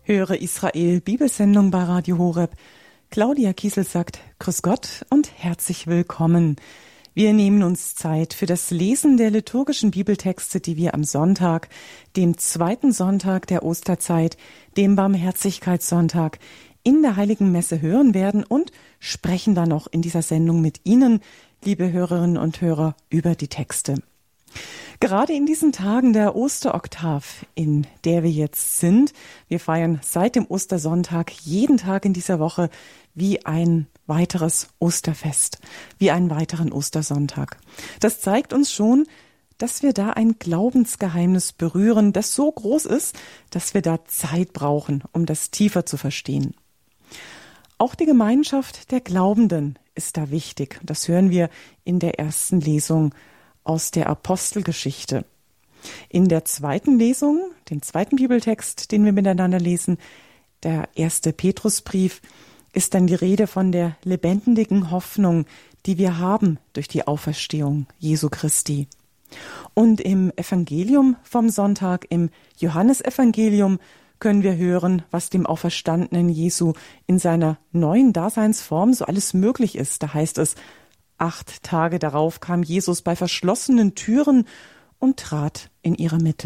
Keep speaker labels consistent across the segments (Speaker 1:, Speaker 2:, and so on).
Speaker 1: Höre Israel Bibelsendung bei Radio Horeb. Claudia Kiesel sagt Grüß Gott und herzlich willkommen. Wir nehmen uns Zeit für das Lesen der liturgischen Bibeltexte, die wir am Sonntag, dem zweiten Sonntag der Osterzeit, dem Barmherzigkeitssonntag, in der Heiligen Messe hören werden und sprechen dann noch in dieser Sendung mit Ihnen, liebe Hörerinnen und Hörer, über die Texte. Gerade in diesen Tagen der Osteroktav, in der wir jetzt sind, wir feiern seit dem Ostersonntag jeden Tag in dieser Woche wie ein weiteres Osterfest, wie einen weiteren Ostersonntag. Das zeigt uns schon, dass wir da ein Glaubensgeheimnis berühren, das so groß ist, dass wir da Zeit brauchen, um das tiefer zu verstehen. Auch die Gemeinschaft der Glaubenden ist da wichtig. Das hören wir in der ersten Lesung aus der Apostelgeschichte. In der zweiten Lesung, dem zweiten Bibeltext, den wir miteinander lesen, der erste Petrusbrief, ist dann die Rede von der lebendigen Hoffnung, die wir haben durch die Auferstehung Jesu Christi. Und im Evangelium vom Sonntag, im Johannesevangelium, können wir hören, was dem auferstandenen Jesu in seiner neuen Daseinsform so alles möglich ist. Da heißt es: 8 Tage darauf kam Jesus bei verschlossenen Türen und trat in ihre Mitte.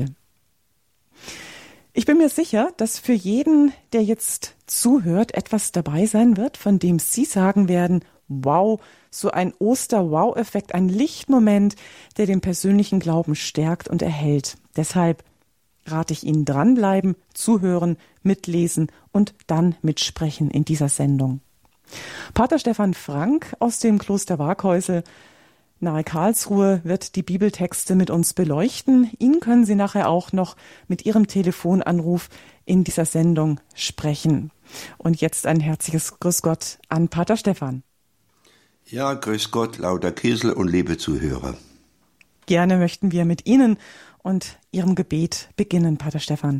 Speaker 1: Ich bin mir sicher, dass für jeden, der jetzt zuhört, etwas dabei sein wird, von dem Sie sagen werden: Wow, so ein Oster-Wow-Effekt, ein Lichtmoment, der den persönlichen Glauben stärkt und erhält. Deshalb rate ich Ihnen dranbleiben, zuhören, mitlesen und dann mitsprechen in dieser Sendung. Pater Stefan Frank aus dem Kloster Waaghäusel nahe Karlsruhe wird die Bibeltexte mit uns beleuchten. Ihn können Sie nachher auch noch mit Ihrem Telefonanruf in dieser Sendung sprechen. Und jetzt ein herzliches Grüß Gott an Pater Stefan.
Speaker 2: Ja, grüß Gott, Claudia Kiesel und liebe Zuhörer.
Speaker 1: Gerne möchten wir mit Ihnen und Ihrem Gebet beginnen, Pater Stefan.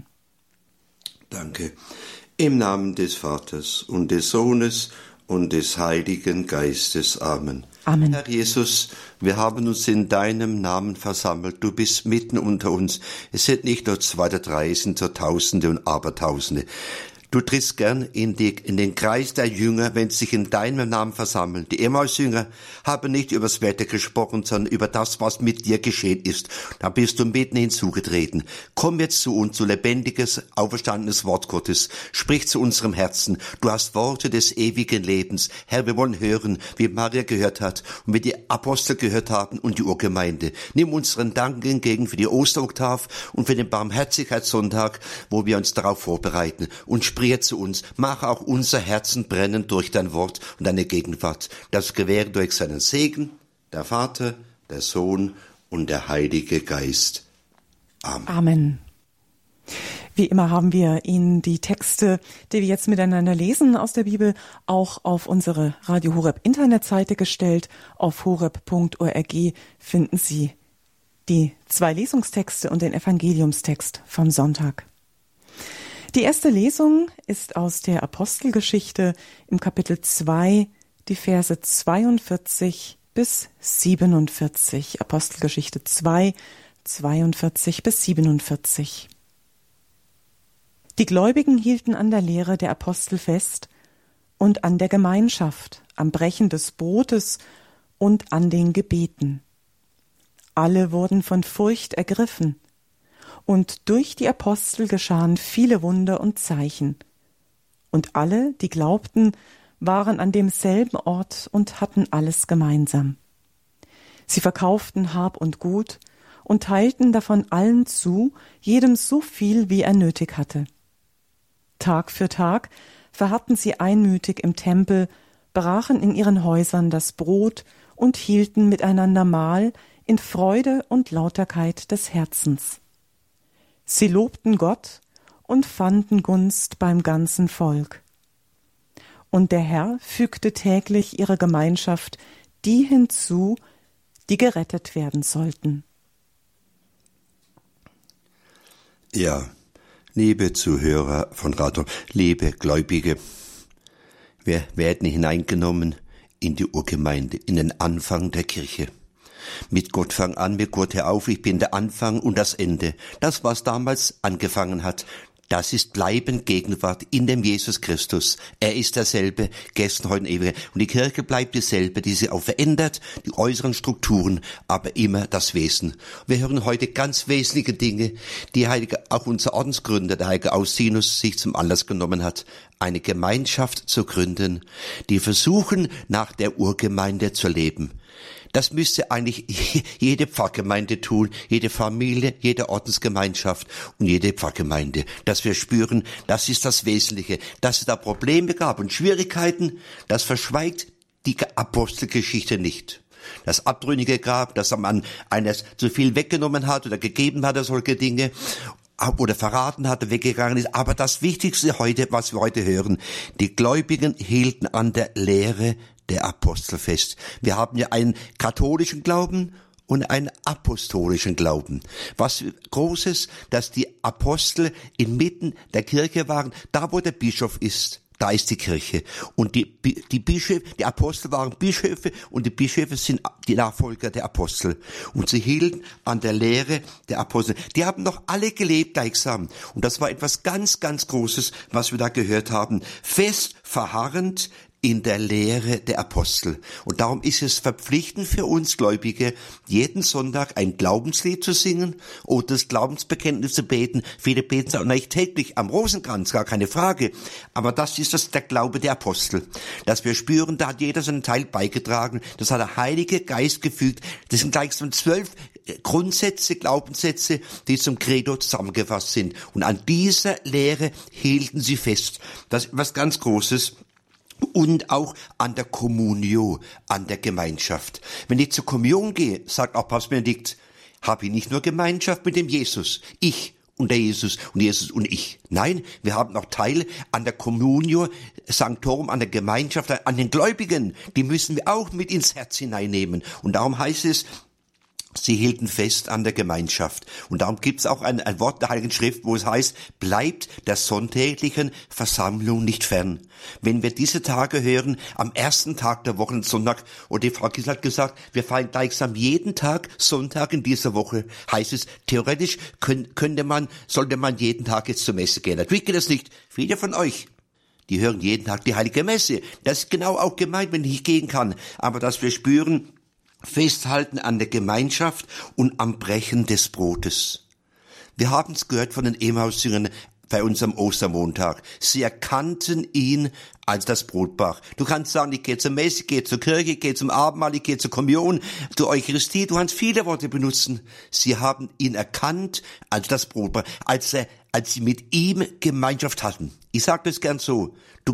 Speaker 2: Danke. Im Namen des Vaters und des Sohnes und des Heiligen Geistes. Amen.
Speaker 1: Amen.
Speaker 2: Herr Jesus, wir haben uns in deinem Namen versammelt. Du bist mitten unter uns. Es sind nicht nur 2 oder 3, es sind so Tausende und Abertausende. Du trittst gern in den Kreis der Jünger, wenn sie sich in deinem Namen versammeln. Die Emmaus-Jünger haben nicht über das Wetter gesprochen, sondern über das, was mit dir geschehen ist. Da bist du mitten hinzugetreten. Komm jetzt zu uns, zu lebendiges, auferstandenes Wort Gottes. Sprich zu unserem Herzen. Du hast Worte des ewigen Lebens. Herr, wir wollen hören, wie Maria gehört hat und wie die Apostel gehört haben und die Urgemeinde. Nimm unseren Dank entgegen für die Osteroktav und für den Barmherzigkeitssonntag, wo wir uns darauf vorbereiten. Und sprich zu uns, mach auch unser Herzen brennen durch dein Wort und deine Gegenwart. Das gewähre durch seinen Segen, der Vater, der Sohn und der Heilige Geist. Amen.
Speaker 1: Amen. Wie immer haben wir Ihnen die Texte, die wir jetzt miteinander lesen aus der Bibel, auch auf unsere Radio Horeb Internetseite gestellt. Auf horeb.org finden Sie die 2 Lesungstexte und den Evangeliumstext vom Sonntag. Die erste Lesung ist aus der Apostelgeschichte im Kapitel 2, die Verse 42 bis 47. Apostelgeschichte 2, 42 bis 47. Die Gläubigen hielten an der Lehre der Apostel fest und an der Gemeinschaft, am Brechen des Brotes und an den Gebeten. Alle wurden von Furcht ergriffen. Und durch die Apostel geschahen viele Wunder und Zeichen. Und alle, die glaubten, waren an demselben Ort und hatten alles gemeinsam. Sie verkauften Hab und Gut und teilten davon allen zu, jedem so viel, wie er nötig hatte. Tag für Tag verharrten sie einmütig im Tempel, brachen in ihren Häusern das Brot und hielten miteinander Mahl in Freude und Lauterkeit des Herzens. Sie lobten Gott und fanden Gunst beim ganzen Volk. Und der Herr fügte täglich ihrer Gemeinschaft die hinzu, die gerettet werden sollten.
Speaker 2: Ja, liebe Zuhörer von Radio, liebe Gläubige, wir werden hineingenommen in die Urgemeinde, in den Anfang der Kirche. Mit Gott fang an, mit Gott hör auf, ich bin der Anfang und das Ende. Das, was damals angefangen hat, Das ist bleibend Gegenwart in dem Jesus Christus. Er ist derselbe, gestern, heute und ewig. Und die Kirche bleibt dieselbe, die sich auch verändert, die äußeren Strukturen, aber immer das Wesen. Wir hören heute ganz wesentliche Dinge, die auch unser Ordensgründer, der heilige Austinus, sich zum Anlass genommen hat, eine Gemeinschaft zu gründen, die versuchen, nach der Urgemeinde zu leben. Das müsste eigentlich jede Pfarrgemeinde tun, jede Familie, jede Ordensgemeinschaft und jede Pfarrgemeinde. Dass wir spüren, das ist das Wesentliche. Dass es da Probleme gab und Schwierigkeiten, das verschweigt die Apostelgeschichte nicht. Dass Abtrünnige gab, dass man eines zu viel weggenommen hat oder gegeben hat, solche Dinge, oder verraten hatte, weggegangen ist. Aber das Wichtigste heute, was wir heute hören, die Gläubigen hielten an der Lehre der Apostel fest. Wir haben ja einen katholischen Glauben und einen apostolischen Glauben. Was Großes, dass die Apostel inmitten der Kirche waren, da wo der Bischof ist. Da ist die Kirche. Und die Bischöfe, die Apostel waren Bischöfe und die Bischöfe sind die Nachfolger der Apostel. Und sie hielten an der Lehre der Apostel. Die haben noch alle gelebt gleichsam. Und das war etwas ganz, ganz Großes, was wir da gehört haben. Fest verharrend in der Lehre der Apostel. Und darum ist es verpflichtend für uns Gläubige, jeden Sonntag ein Glaubenslied zu singen oder das Glaubensbekenntnis zu beten. Viele beten es auch nicht täglich am Rosenkranz, gar keine Frage. Aber das ist der Glaube der Apostel. Dass wir spüren, da hat jeder seinen Teil beigetragen. Das hat der Heilige Geist gefügt. Das sind gleich so 12 Grundsätze, Glaubenssätze, die zum Credo zusammengefasst sind. Und an dieser Lehre hielten sie fest. Das ist etwas ganz Großes. Und auch an der Communio, an der Gemeinschaft. Wenn ich zur Kommunion gehe, sagt auch Papst Benedikt, habe ich nicht nur Gemeinschaft mit dem Jesus, ich und der Jesus und Jesus und ich. Nein, wir haben noch Teil an der Communio Sanctorum, an der Gemeinschaft, an den Gläubigen. Die müssen wir auch mit ins Herz hineinnehmen. Und darum heißt es, sie hielten fest an der Gemeinschaft. Und darum gibt es auch ein Wort der Heiligen Schrift, wo es heißt, bleibt der sonntäglichen Versammlung nicht fern. Wenn wir diese Tage hören, am ersten Tag der Woche, Sonntag, und die Frau Kiesel hat gesagt, wir feiern gleichsam jeden Tag Sonntag in dieser Woche, heißt es, theoretisch sollte man jeden Tag jetzt zur Messe gehen. Natürlich geht das nicht. Viele von euch, die hören jeden Tag die Heilige Messe. Das ist genau auch gemeint, wenn ich nicht gehen kann. Aber dass wir spüren, festhalten an der Gemeinschaft und am Brechen des Brotes. Wir haben es gehört von den Emmaus-Jüngern bei unserem Ostermontag. Sie erkannten ihn als das Brotbrach. Du kannst sagen, ich gehe zur Messe, ich gehe zur Kirche, ich gehe zum Abendmahl, ich gehe zur Kommunion, zur Eucharistie. Du kannst viele Worte benutzen. Sie haben ihn erkannt als das Brotbrach, als sie mit ihm Gemeinschaft hatten. Ich sage das gern so.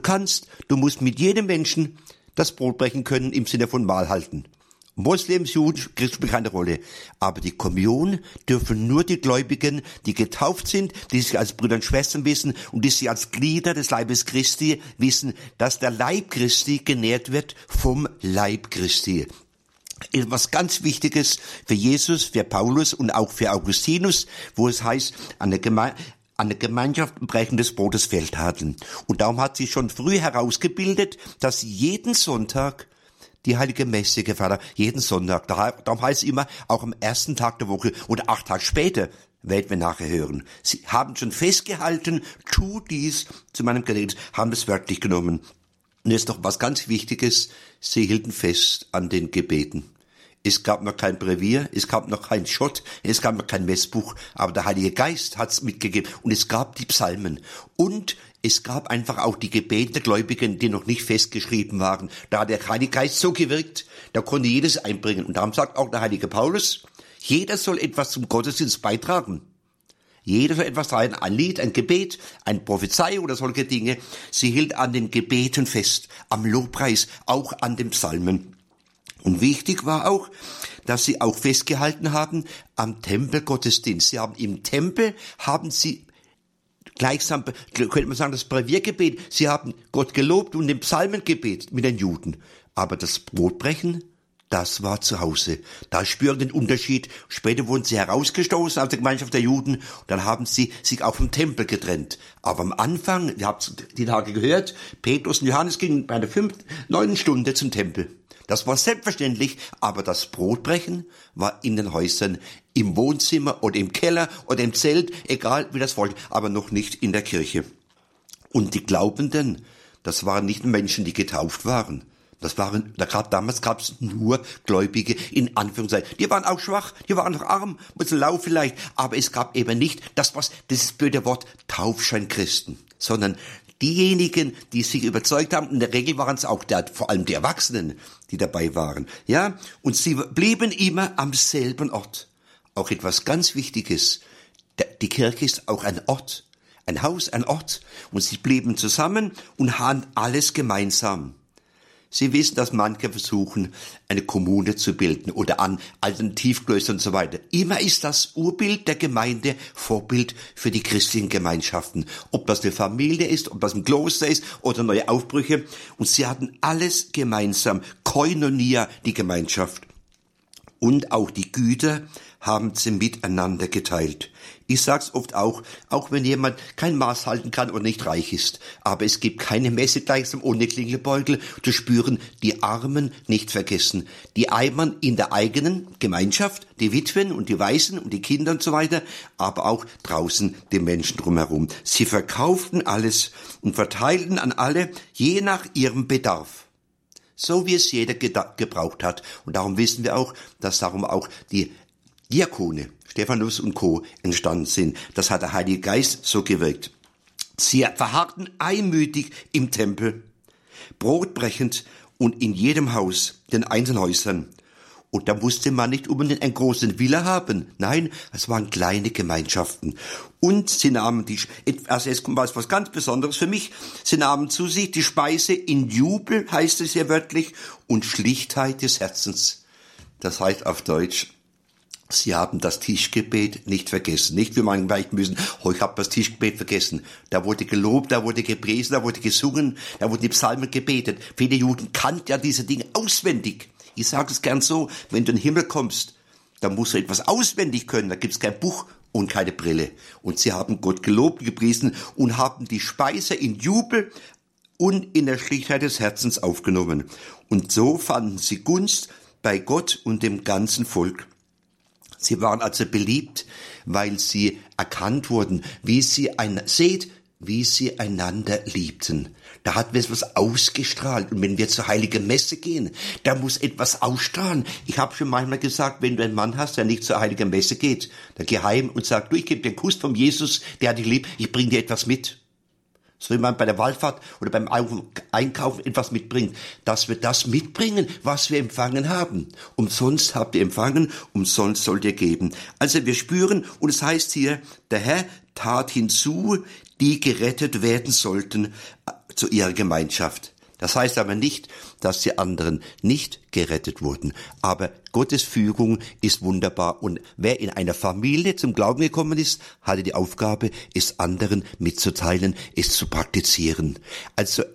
Speaker 2: Du musst mit jedem Menschen das Brot brechen können im Sinne von Mahl halten. Moslems, Juden, Christen spielt keine Rolle. Aber die Kommunion dürfen nur die Gläubigen, die getauft sind, die sich als Brüder und Schwestern wissen und die sich als Glieder des Leibes Christi wissen, dass der Leib Christi genährt wird vom Leib Christi. Etwas ganz Wichtiges für Jesus, für Paulus und auch für Augustinus, wo es heißt, an der Gemeinschaft Brechen des Brotes festhalten. Und darum hat sich schon früh herausgebildet, dass sie jeden Sonntag die Heilige Messe gefeiert, jeden Sonntag. Darum heißt es immer, auch am ersten Tag der Woche oder 8 Tage später, werden wir nachher hören. Sie haben schon festgehalten, tu dies zu meinem Gedächtnis, haben das wörtlich genommen. Und jetzt noch was ganz Wichtiges, sie hielten fest an den Gebeten. Es gab noch kein Brevier, es gab noch kein Schott, es gab noch kein Messbuch, aber der Heilige Geist hat's mitgegeben. Und es gab die Psalmen. Und es gab einfach auch die Gebete der Gläubigen, die noch nicht festgeschrieben waren. Da hat der Heilige Geist so gewirkt, da konnte jedes einbringen. Und darum sagt auch der Heilige Paulus, jeder soll etwas zum Gottesdienst beitragen. Jeder soll etwas rein, ein Lied, ein Gebet, eine Prophezei oder solche Dinge. Sie hielt an den Gebeten fest, am Lobpreis, auch an den Psalmen. Und wichtig war auch, dass sie auch festgehalten haben am Tempelgottesdienst. Sie haben im Tempel, gleichsam, könnte man sagen, das Breviergebet, sie haben Gott gelobt und den Psalmen gebetet mit den Juden. Aber das Brotbrechen, das war zu Hause. Da spüren den Unterschied. Später wurden sie herausgestoßen aus der Gemeinschaft der Juden. Und dann haben sie sich auch vom Tempel getrennt. Aber am Anfang, ihr habt die Tage gehört, Petrus und Johannes gingen bei der 9. Stunde zum Tempel. Das war selbstverständlich, aber das Brotbrechen war in den Häusern, im Wohnzimmer oder im Keller oder im Zelt, egal wie das Volk, aber noch nicht in der Kirche. Und die Glaubenden, das waren nicht Menschen, die getauft waren. Damals gab es nur Gläubige in Anführungszeichen. Die waren auch schwach, die waren auch arm, ein bisschen lau vielleicht, aber es gab eben nicht dieses blöde Wort Taufscheinchristen, sondern diejenigen, die sich überzeugt haben, in der Regel waren es auch vor allem die Erwachsenen, die dabei waren, ja, und sie blieben immer am selben Ort. Auch etwas ganz Wichtiges, die Kirche ist auch ein Ort, ein Haus, ein Ort, und sie blieben zusammen und hatten alles gemeinsam. Sie wissen, dass manche versuchen, eine Kommune zu bilden oder an Alternativklöster und so weiter. Immer ist das Urbild der Gemeinde Vorbild für die christlichen Gemeinschaften. Ob das eine Familie ist, ob das ein Kloster ist oder neue Aufbrüche. Und sie hatten alles gemeinsam. Koinonia, die Gemeinschaft. Und auch die Güter haben sie miteinander geteilt. Ich sag's oft auch wenn jemand kein Maß halten kann und nicht reich ist. Aber es gibt keine Messe gleichsam ohne Klingelbeutel zu spüren, die Armen nicht vergessen. Die Eimern in der eigenen Gemeinschaft, die Witwen und die Waisen und die Kinder und so weiter, aber auch draußen die Menschen drumherum. Sie verkauften alles und verteilten an alle, je nach ihrem Bedarf. So wie es jeder gebraucht hat. Und darum wissen wir auch, dass darum auch die Diakone, Stephanus und Co. entstanden sind. Das hat der Heilige Geist so gewirkt. Sie verharrten einmütig im Tempel, brotbrechend und in jedem Haus, den einzelnen Häusern. Und da musste man nicht unbedingt einen großen Villa haben. Nein, es waren kleine Gemeinschaften. Und sie nahmen also jetzt kommt was ganz Besonderes für mich. Sie nahmen zu sich die Speise in Jubel, heißt es hier wörtlich, und Schlichtheit des Herzens. Das heißt auf Deutsch, sie haben das Tischgebet nicht vergessen. Nicht wie man vielleicht müssen, ich habe das Tischgebet vergessen. Da wurde gelobt, da wurde gepriesen, da wurde gesungen, da wurden die Psalmen gebetet. Viele Juden kannten ja diese Dinge auswendig. Ich sage es gern so, wenn du in den Himmel kommst, dann musst du etwas auswendig können. Da gibt's kein Buch und keine Brille. Und sie haben Gott gelobt, gepriesen und haben die Speise in Jubel und in der Schlichtheit des Herzens aufgenommen. Und so fanden sie Gunst bei Gott und dem ganzen Volk. Sie waren also beliebt, weil sie erkannt wurden, wie sie einander liebten. Da hat etwas ausgestrahlt. Und wenn wir zur Heiligen Messe gehen, da muss etwas ausstrahlen. Ich habe schon manchmal gesagt, wenn du einen Mann hast, der nicht zur Heiligen Messe geht, dann geh heim und sag, du, ich gebe dir einen Kuss vom Jesus, der hat dich lieb, ich bring dir etwas mit. So wie man bei der Wallfahrt oder beim Einkaufen etwas mitbringt, dass wir das mitbringen, was wir empfangen haben. Umsonst habt ihr empfangen, umsonst sollt ihr geben. Also wir spüren, und es heißt hier, der Herr tat hinzu, die gerettet werden sollten, zu ihrer Gemeinschaft. Das heißt aber nicht, dass die anderen nicht gerettet wurden. Aber Gottes Führung ist wunderbar. Und wer in einer Familie zum Glauben gekommen ist, hatte die Aufgabe, es anderen mitzuteilen, es zu praktizieren. Also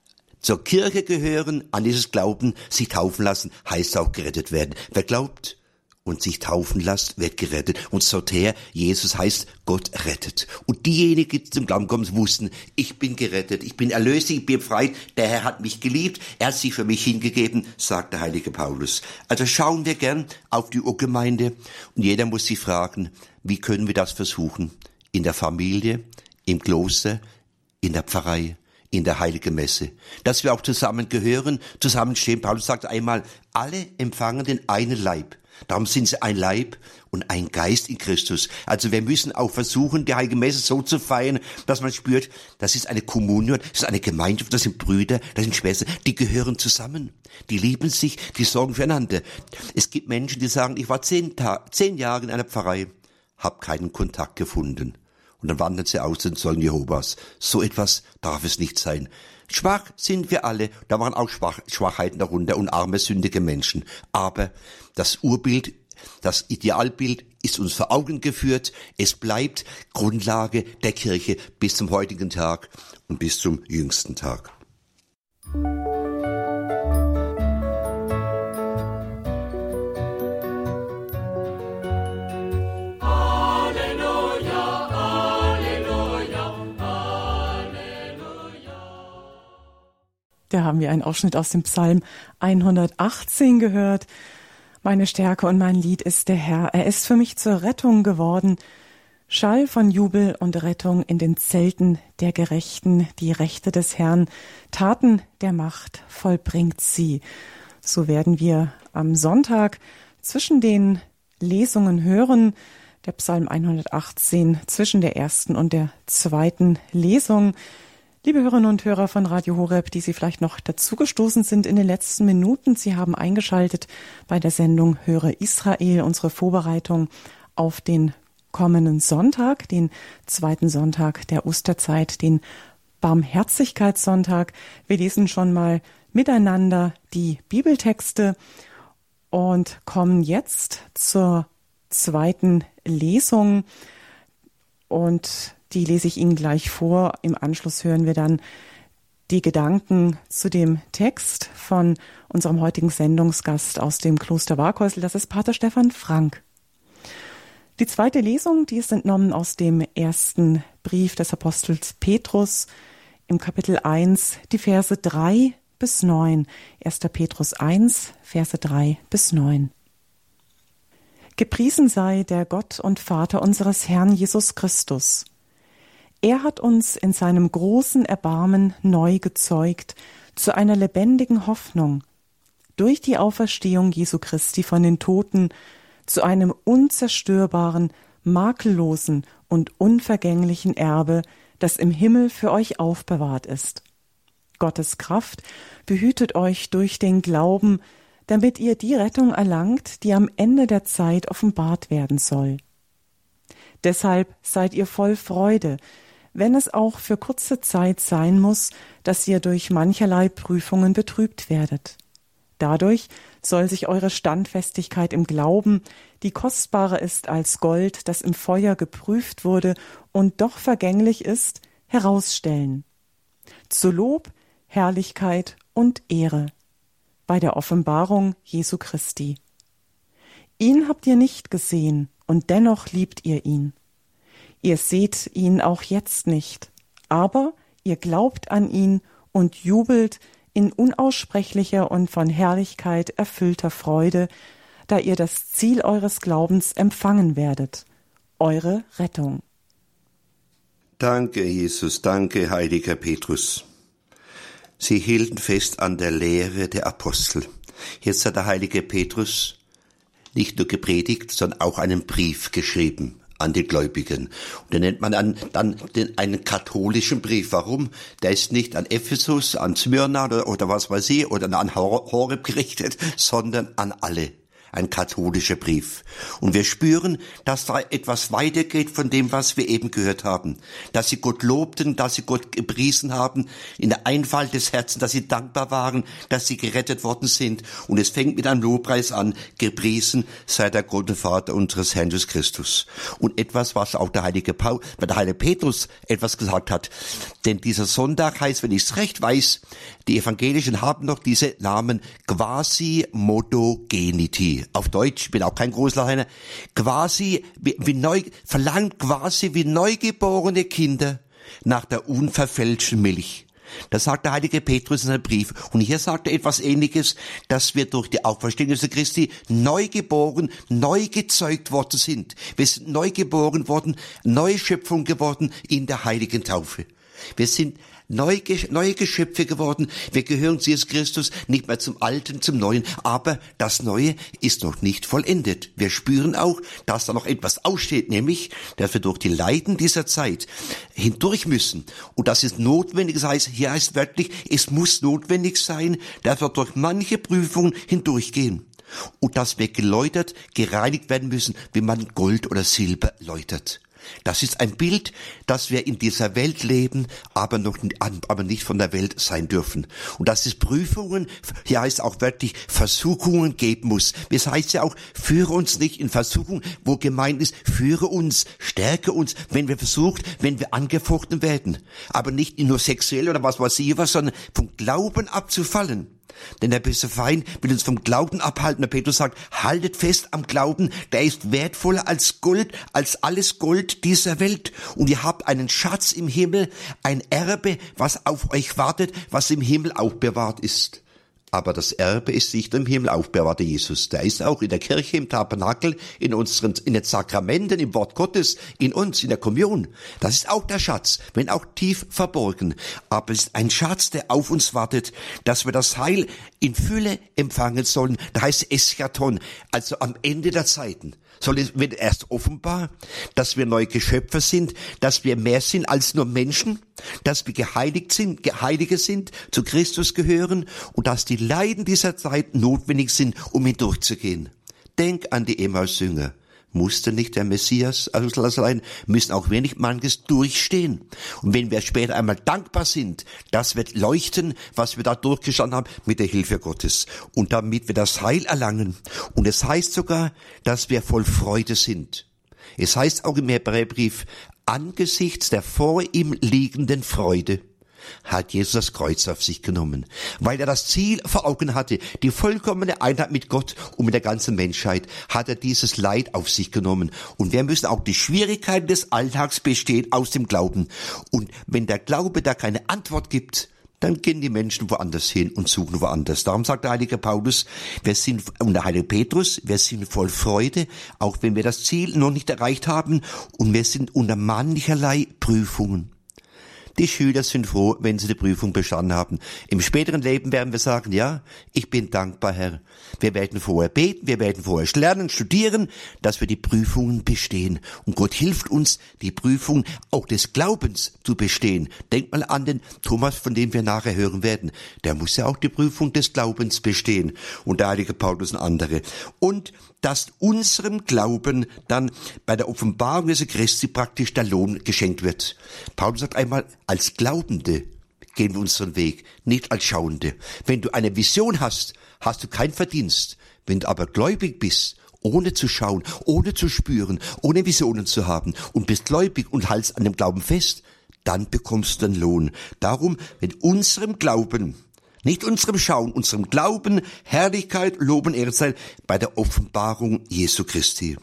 Speaker 2: zur Kirche gehören, an dieses Glauben, sich taufen lassen, heißt auch gerettet werden. Wer glaubt und sich taufen lässt, wird gerettet. Und Soter, Jesus heißt, Gott rettet. Und diejenigen, die zum Glauben kommen, wussten, ich bin gerettet, ich bin erlöst, ich bin befreit, der Herr hat mich geliebt, er hat sich für mich hingegeben, sagt der heilige Paulus. Also schauen wir gern auf die Urgemeinde und jeder muss sich fragen, wie können wir das versuchen? In der Familie, im Kloster, in der Pfarrei, in der Heiligen Messe. Dass wir auch zusammengehören, zusammenstehen. Paulus sagt einmal, alle empfangen den einen Leib. Darum sind sie ein Leib und ein Geist in Christus. Also wir müssen auch versuchen, die Heilige Messe so zu feiern, dass man spürt, das ist eine Kommunion, das ist eine Gemeinschaft, das sind Brüder, das sind Schwestern, die gehören zusammen. Die lieben sich, die sorgen füreinander. Es gibt Menschen, die sagen, ich war 10 Jahre in einer Pfarrei, habe keinen Kontakt gefunden. Und dann wandern sie aus und Zeugen Jehovas. So etwas darf es nicht sein. Schwach sind wir alle, da waren auch Schwachheiten darunter und arme, sündige Menschen. Aber das Urbild, das Idealbild ist uns vor Augen geführt. Es bleibt Grundlage der Kirche bis zum heutigen Tag und bis zum jüngsten Tag.
Speaker 1: Da haben wir einen Ausschnitt aus dem Psalm 118 gehört. Meine Stärke und mein Lied ist der Herr. Er ist für mich zur Rettung geworden. Schall von Jubel und Rettung in den Zelten der Gerechten. Die Rechte des Herrn, Taten der Macht vollbringt sie. So werden wir am Sonntag zwischen den Lesungen hören. Der Psalm 118 zwischen der ersten und der zweiten Lesung. Liebe Hörerinnen und Hörer von Radio Horeb, die Sie vielleicht noch dazugestoßen sind in den letzten Minuten, Sie haben eingeschaltet bei der Sendung Höre Israel, unsere Vorbereitung auf den kommenden Sonntag, den zweiten Sonntag der Osterzeit, den Barmherzigkeitssonntag. Wir lesen schon mal miteinander die Bibeltexte und kommen jetzt zur zweiten Lesung und die lese ich Ihnen gleich vor. Im Anschluss hören wir dann die Gedanken zu dem Text von unserem heutigen Sendungsgast aus dem Kloster Warkhäusl. Das ist Pater Stefan Frank. Die zweite Lesung, die ist entnommen aus dem ersten Brief des Apostels Petrus im Kapitel 1, die Verse 3 bis 9. 1. Petrus 1, Verse 3 bis 9. Gepriesen sei der Gott und Vater unseres Herrn Jesus Christus. Er hat uns in seinem großen Erbarmen neu gezeugt zu einer lebendigen Hoffnung, durch die Auferstehung Jesu Christi von den Toten, zu einem unzerstörbaren, makellosen und unvergänglichen Erbe, das im Himmel für euch aufbewahrt ist. Gottes Kraft behütet euch durch den Glauben, damit ihr die Rettung erlangt, die am Ende der Zeit offenbart werden soll. Deshalb seid ihr voll Freude, wenn es auch für kurze Zeit sein muss, dass ihr durch mancherlei Prüfungen betrübt werdet. Dadurch soll sich eure Standfestigkeit im Glauben, die kostbarer ist als Gold, das im Feuer geprüft wurde und doch vergänglich ist, herausstellen. Zu Lob, Herrlichkeit und Ehre bei der Offenbarung Jesu Christi. Ihn habt ihr nicht gesehen und dennoch liebt ihr ihn. Ihr seht ihn auch jetzt nicht, aber ihr glaubt an ihn und jubelt in unaussprechlicher und von Herrlichkeit erfüllter Freude, da ihr das Ziel eures Glaubens empfangen werdet, eure Rettung.
Speaker 2: Danke, Jesus, danke, heiliger Petrus. Sie hielten fest an der Lehre der Apostel. Jetzt hat der heilige Petrus nicht nur gepredigt, sondern auch einen Brief geschrieben an die Gläubigen. Und den nennt man dann einen katholischen Brief. Warum? Der ist nicht an Ephesus, an Smyrna oder was weiß ich, oder an Horeb gerichtet, sondern an alle. Ein katholischer Brief. Und wir spüren, dass da etwas weitergeht von dem, was wir eben gehört haben. Dass sie Gott lobten, dass sie Gott gepriesen haben, in der Einfalt des Herzens, dass sie dankbar waren, dass sie gerettet worden sind. Und es fängt mit einem Lobpreis an, gepriesen sei der Gott und Vater unseres Herrn Jesus Christus. Und etwas, was auch der heilige Petrus etwas gesagt hat. Denn dieser Sonntag heißt, wenn ich es recht weiß, die Evangelischen haben noch diese Namen Quasi-Modogeniti. Auf Deutsch, ich bin auch kein Großlateiner, verlangt quasi wie neugeborene Kinder nach der unverfälschten Milch. Das sagt der heilige Petrus in seinem Brief. Und hier sagt er etwas Ähnliches, dass wir durch die Auferstehung Jesu Christi neu geboren, neu gezeugt worden sind. Wir sind neu geboren worden, neue Schöpfung geworden in der heiligen Taufe. Wir sind neue Geschöpfe geworden. Wir gehören zu Jesus Christus, nicht mehr zum Alten, zum Neuen. Aber das Neue ist noch nicht vollendet. Wir spüren auch, dass da noch etwas aussteht, nämlich, dass wir durch die Leiden dieser Zeit hindurch müssen. Und das ist notwendig. Das heißt, hier heißt wörtlich, es muss notwendig sein, dass wir durch manche Prüfungen hindurchgehen. Und dass wir geläutert, gereinigt werden müssen, wie man Gold oder Silber läutert. Das ist ein Bild, dass wir in dieser Welt leben, aber nicht von der Welt sein dürfen. Und dass es Prüfungen, hier heißt auch wörtlich Versuchungen geben muss. Das heißt ja auch, führe uns nicht in Versuchung, wo gemeint ist, führe uns, stärke uns, wenn wir angefochten werden. Aber nicht nur sexuell oder was weiß ich was, sondern vom Glauben abzufallen. Denn der böse Feind will uns vom Glauben abhalten. Der Petrus sagt, haltet fest am Glauben, der ist wertvoller als Gold, als alles Gold dieser Welt. Und ihr habt einen Schatz im Himmel, ein Erbe, was auf euch wartet, was im Himmel aufbewahrt ist. Aber das Erbe ist nicht im Himmel aufbewahrt, Jesus. Der ist auch in der Kirche, im Tabernakel, in den Sakramenten, im Wort Gottes, in uns, in der Kommunion. Das ist auch der Schatz, wenn auch tief verborgen. Aber es ist ein Schatz, der auf uns wartet, dass wir das Heil in Fülle empfangen sollen. Da heißt Eschaton, also am Ende der Zeiten. Wird erst offenbar, dass wir neue Geschöpfe sind, dass wir mehr sind als nur Menschen, dass wir Geheilige sind, zu Christus gehören und dass die Leiden dieser Zeit notwendig sind, um hindurchzugehen. Denk an die Emmaus-Jünger. Musste nicht der Messias sein, müssen auch wir nicht manches durchstehen. Und wenn wir später einmal dankbar sind, das wird leuchten, was wir da durchgestanden haben, mit der Hilfe Gottes. Und damit wir das Heil erlangen. Und es heißt sogar, dass wir voll Freude sind. Es heißt auch im Hebräerbrief, angesichts der vor ihm liegenden Freude hat Jesus das Kreuz auf sich genommen, weil er das Ziel vor Augen hatte, die vollkommene Einheit mit Gott und mit der ganzen Menschheit, hat er dieses Leid auf sich genommen. Und wir müssen auch die Schwierigkeiten des Alltags bestehen aus dem Glauben. Und wenn der Glaube da keine Antwort gibt, dann gehen die Menschen woanders hin und suchen woanders. Darum sagt der heilige Paulus, und der heilige Petrus, wir sind voll Freude, auch wenn wir das Ziel noch nicht erreicht haben, und wir sind unter mancherlei Prüfungen. Die Schüler sind froh, wenn sie die Prüfung bestanden haben. Im späteren Leben werden wir sagen, ja, ich bin dankbar, Herr. Wir werden vorher beten, wir werden vorher lernen, studieren, dass wir die Prüfungen bestehen. Und Gott hilft uns, die Prüfung auch des Glaubens zu bestehen. Denkt mal an den Thomas, von dem wir nachher hören werden. Der muss ja auch die Prüfung des Glaubens bestehen. Und der heilige Paulus und andere. Und dass unserem Glauben dann bei der Offenbarung Jesu Christi praktisch der Lohn geschenkt wird. Paulus sagt einmal, als Glaubende gehen wir unseren Weg, nicht als Schauende. Wenn du eine Vision hast, hast du keinen Verdienst. Wenn du aber gläubig bist, ohne zu schauen, ohne zu spüren, ohne Visionen zu haben und bist gläubig und hältst an dem Glauben fest, dann bekommst du den Lohn. Darum, wenn unserem Glauben, nicht unserem Schauen, unserem Glauben, Herrlichkeit, Lob und Ehre sei bei der Offenbarung Jesu Christi.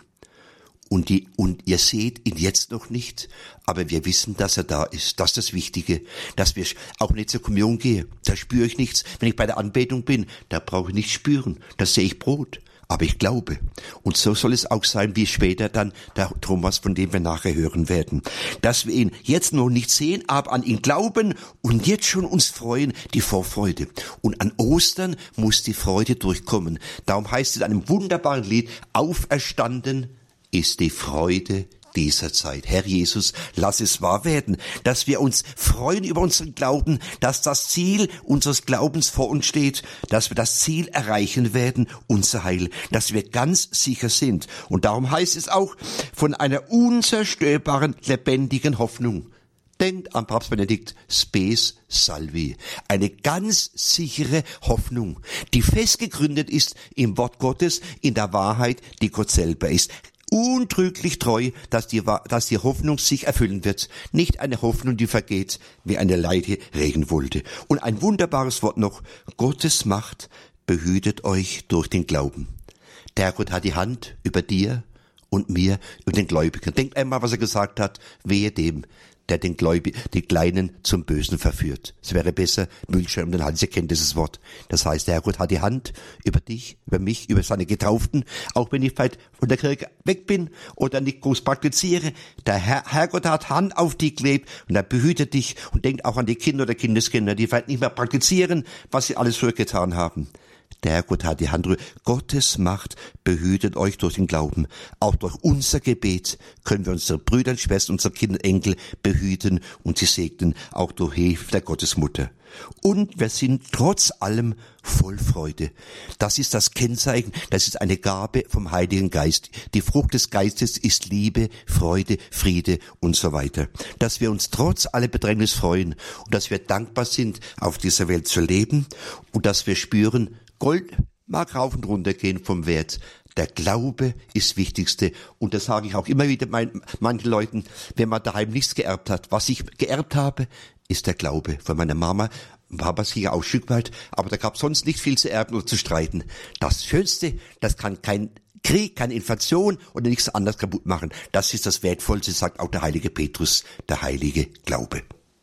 Speaker 2: Und ihr seht ihn jetzt noch nicht, aber wir wissen, dass er da ist. Das ist das Wichtige, dass wir auch nicht zur Kommunion gehen. Da spüre ich nichts. Wenn ich bei der Anbetung bin, da brauche ich nichts spüren. Da sehe ich Brot. Aber ich glaube. Und so soll es auch sein, wie später dann der Thomas, von dem wir nachher hören werden. Dass wir ihn jetzt noch nicht sehen, aber an ihn glauben und jetzt schon uns freuen, die Vorfreude. Und an Ostern muss die Freude durchkommen. Darum heißt es in einem wunderbaren Lied, auferstanden ist die Freude dieser Zeit. Herr Jesus, lass es wahr werden, dass wir uns freuen über unseren Glauben, dass das Ziel unseres Glaubens vor uns steht, dass wir das Ziel erreichen werden, unser Heil, dass wir ganz sicher sind. Und darum heißt es auch von einer unzerstörbaren, lebendigen Hoffnung. Denkt an Papst Benedikt, Spes Salvi. Eine ganz sichere Hoffnung, die fest gegründet ist im Wort Gottes, in der Wahrheit, die Gott selber ist. Untrüglich treu, dass die Hoffnung sich erfüllen wird. Nicht eine Hoffnung, die vergeht, wie eine leidige Regenwolke. Und ein wunderbares Wort noch. Gottes Macht behütet euch durch den Glauben. Der Gott hat die Hand über dir und mir, über den Gläubigen. Denkt einmal, was er gesagt hat. Wehe dem, der die Kleinen zum Bösen verführt. Es wäre besser, Müllschirm um den Hals, ihr kennt dieses Wort. Das heißt, der Herrgott hat die Hand über dich, über mich, über seine Getauften, auch wenn ich vielleicht von der Kirche weg bin oder nicht groß praktiziere. Der Herrgott hat Hand auf dich geklebt und er behütet dich und denkt auch an die Kinder oder Kindeskinder, die vielleicht nicht mehr praktizieren, was sie alles früher getan haben. Der Herrgott hat die Hand drüber. Gottes Macht behütet euch durch den Glauben. Auch durch unser Gebet können wir unsere Brüder und Schwestern, unsere Kinder und Enkel behüten und sie segnen, auch durch Hilfe der Gottesmutter. Und wir sind trotz allem voll Freude. Das ist das Kennzeichen, das ist eine Gabe vom Heiligen Geist. Die Frucht des Geistes ist Liebe, Freude, Friede und so weiter. Dass wir uns trotz aller Bedrängnis freuen und dass wir dankbar sind, auf dieser Welt zu leben und dass wir spüren, Gold mag rauf und runter gehen vom Wert. Der Glaube ist das Wichtigste. Und das sage ich auch immer wieder manchen Leuten, wenn man daheim nichts geerbt hat. Was ich geerbt habe, ist der Glaube. Von meiner Mama war man sicher auch ein Stück weit, aber da gab es sonst nicht viel zu erben oder zu streiten. Das Schönste, das kann kein Krieg, keine Inflation oder nichts anderes kaputt machen. Das ist das Wertvollste, sagt auch der heilige Petrus, der heilige Glaube.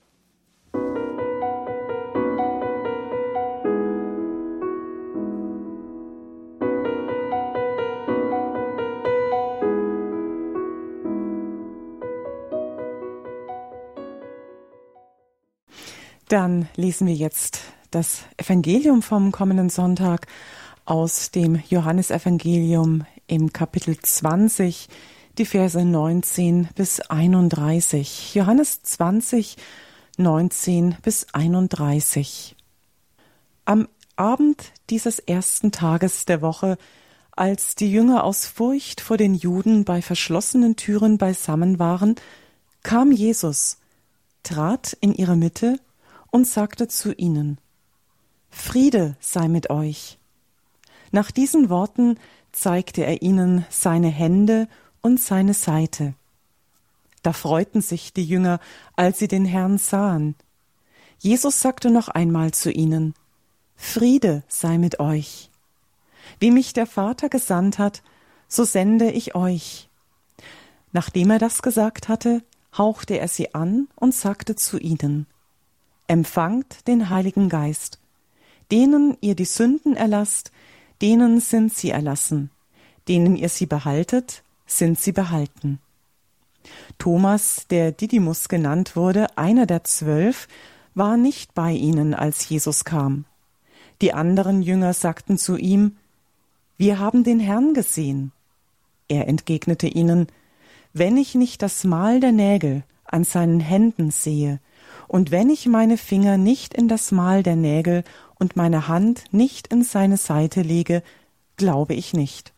Speaker 1: Dann lesen wir jetzt das Evangelium vom kommenden Sonntag aus dem Johannesevangelium im Kapitel 20, die Verse 19 bis 31. Johannes 20, 19 bis 31. Am Abend dieses ersten Tages der Woche, als die Jünger aus Furcht vor den Juden bei verschlossenen Türen beisammen waren, kam Jesus, trat in ihre Mitte und sagte zu ihnen: Friede sei mit euch. Nach diesen Worten zeigte er ihnen seine Hände und seine Seite. Da freuten sich die Jünger, als sie den Herrn sahen. Jesus sagte noch einmal zu ihnen: Friede sei mit euch. Wie mich der Vater gesandt hat, so sende ich euch. Nachdem er das gesagt hatte, hauchte er sie an und sagte zu ihnen: Empfangt den Heiligen Geist. Denen ihr die Sünden erlasst, denen sind sie erlassen. Denen ihr sie behaltet, sind sie behalten. Thomas, der Didymus genannt wurde, einer der 12, war nicht bei ihnen, als Jesus kam. Die anderen Jünger sagten zu ihm: Wir haben den Herrn gesehen. Er entgegnete ihnen: Wenn ich nicht das Mal der Nägel an seinen Händen sehe, und wenn ich meine Finger nicht in das Mal der Nägel und meine Hand nicht in seine Seite lege, glaube ich nicht.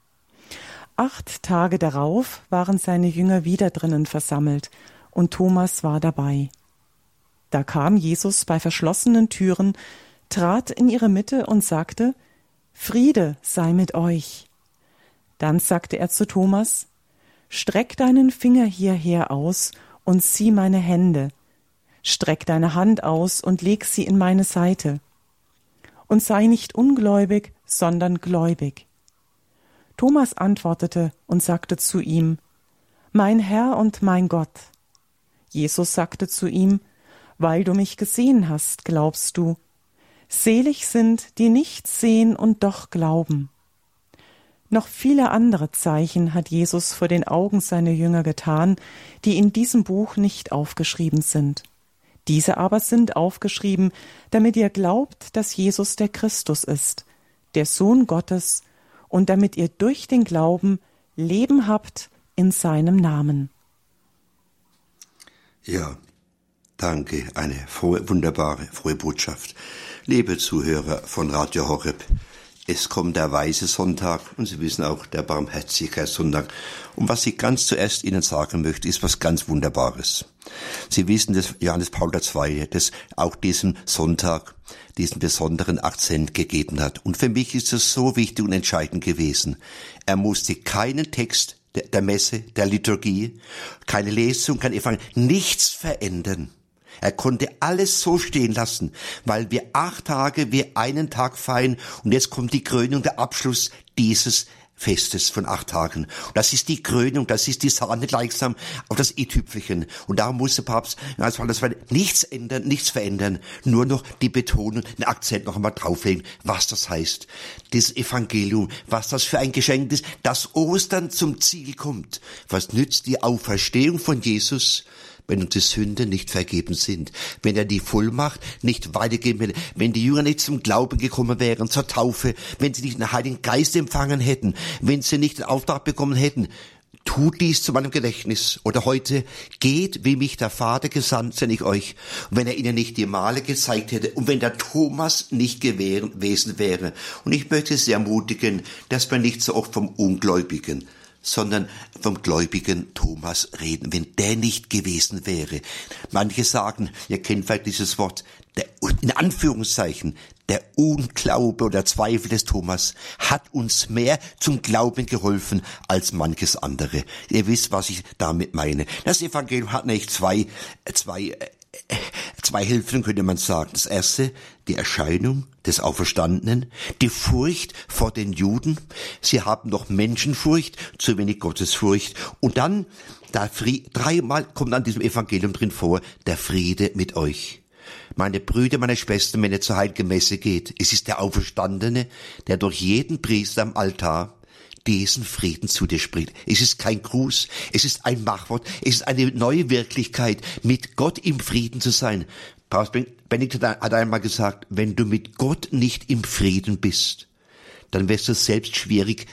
Speaker 1: 8 Tage darauf waren seine Jünger wieder drinnen versammelt, und Thomas war dabei. Da kam Jesus bei verschlossenen Türen, trat in ihre Mitte und sagte: Friede sei mit euch. Dann sagte er zu Thomas: Streck deinen Finger hierher aus und sieh meine Hände. Streck deine Hand aus und leg sie in meine Seite. Und sei nicht ungläubig, sondern gläubig. Thomas antwortete und sagte zu ihm: Mein Herr und mein Gott. Jesus sagte zu ihm: Weil du mich gesehen hast, glaubst du. Selig sind, die nicht sehen und doch glauben. Noch viele andere Zeichen hat Jesus vor den Augen seiner Jünger getan, die in diesem Buch nicht aufgeschrieben sind. Diese aber sind aufgeschrieben, damit ihr glaubt, dass Jesus der Christus ist, der Sohn Gottes, und damit ihr durch den Glauben Leben habt in seinem Namen.
Speaker 2: Ja, danke, eine wunderbare, frohe Botschaft. Liebe Zuhörer von Radio Horeb, es kommt der Weiße Sonntag und Sie wissen auch, der Barmherzigkeitssonntag. Und was ich ganz zuerst Ihnen sagen möchte, ist was ganz Wunderbares. Sie wissen, dass Johannes Paul II. Das auch diesem Sonntag diesen besonderen Akzent gegeben hat. Und für mich ist es so wichtig und entscheidend gewesen. Er musste keinen Text der Messe, der Liturgie, keine Lesung, kein Evangelium, nichts verändern. Er konnte alles so stehen lassen, weil wir 8 Tage, wir einen Tag feiern und jetzt kommt die Krönung, der Abschluss dieses Festes von 8 Tagen. Und das ist die Krönung, das ist die Sahne gleichsam auf das i-Tüpfelchen. Und darum musste Papst nichts ändern, nichts verändern, nur noch die Betonung, den Akzent noch einmal drauflegen, was das heißt. Das Evangelium, was das für ein Geschenk ist, dass Ostern zum Ziel kommt. Was nützt die Auferstehung von Jesus, wenn uns die Sünden nicht vergeben sind, wenn er die Vollmacht nicht weitergeben will, wenn die Jünger nicht zum Glauben gekommen wären, zur Taufe, wenn sie nicht den Heiligen Geist empfangen hätten, wenn sie nicht den Auftrag bekommen hätten, tut dies zu meinem Gedächtnis. Oder heute, geht, wie mich der Vater gesandt, sende ich euch. Und wenn er ihnen nicht die Male gezeigt hätte und wenn der Thomas nicht gewesen wäre. Und ich möchte Sie ermutigen, dass wir nicht so oft vom Ungläubigen, sondern vom gläubigen Thomas reden, wenn der nicht gewesen wäre. Manche sagen, ihr kennt vielleicht dieses Wort, in Anführungszeichen, der Unglaube oder Zweifel des Thomas hat uns mehr zum Glauben geholfen als manches andere. Ihr wisst, was ich damit meine. Das Evangelium hat nicht zwei zwei Hälften könnte man sagen. Das erste, die Erscheinung des Auferstandenen, die Furcht vor den Juden. Sie haben noch Menschenfurcht, zu wenig Gottesfurcht. Und dann, dreimal kommt an diesem Evangelium drin vor, der Friede mit euch. Meine Brüder, meine Schwestern, wenn ihr zur Heiligen Messe geht, es ist der Auferstandene, der durch jeden Priester am Altar diesen Frieden zu dir spricht. Es ist kein Gruß, es ist ein Machwort, es ist eine neue Wirklichkeit, mit Gott im Frieden zu sein. Papst Benedikt hat einmal gesagt, wenn du mit Gott nicht im Frieden bist, dann wirst du selbst schwierig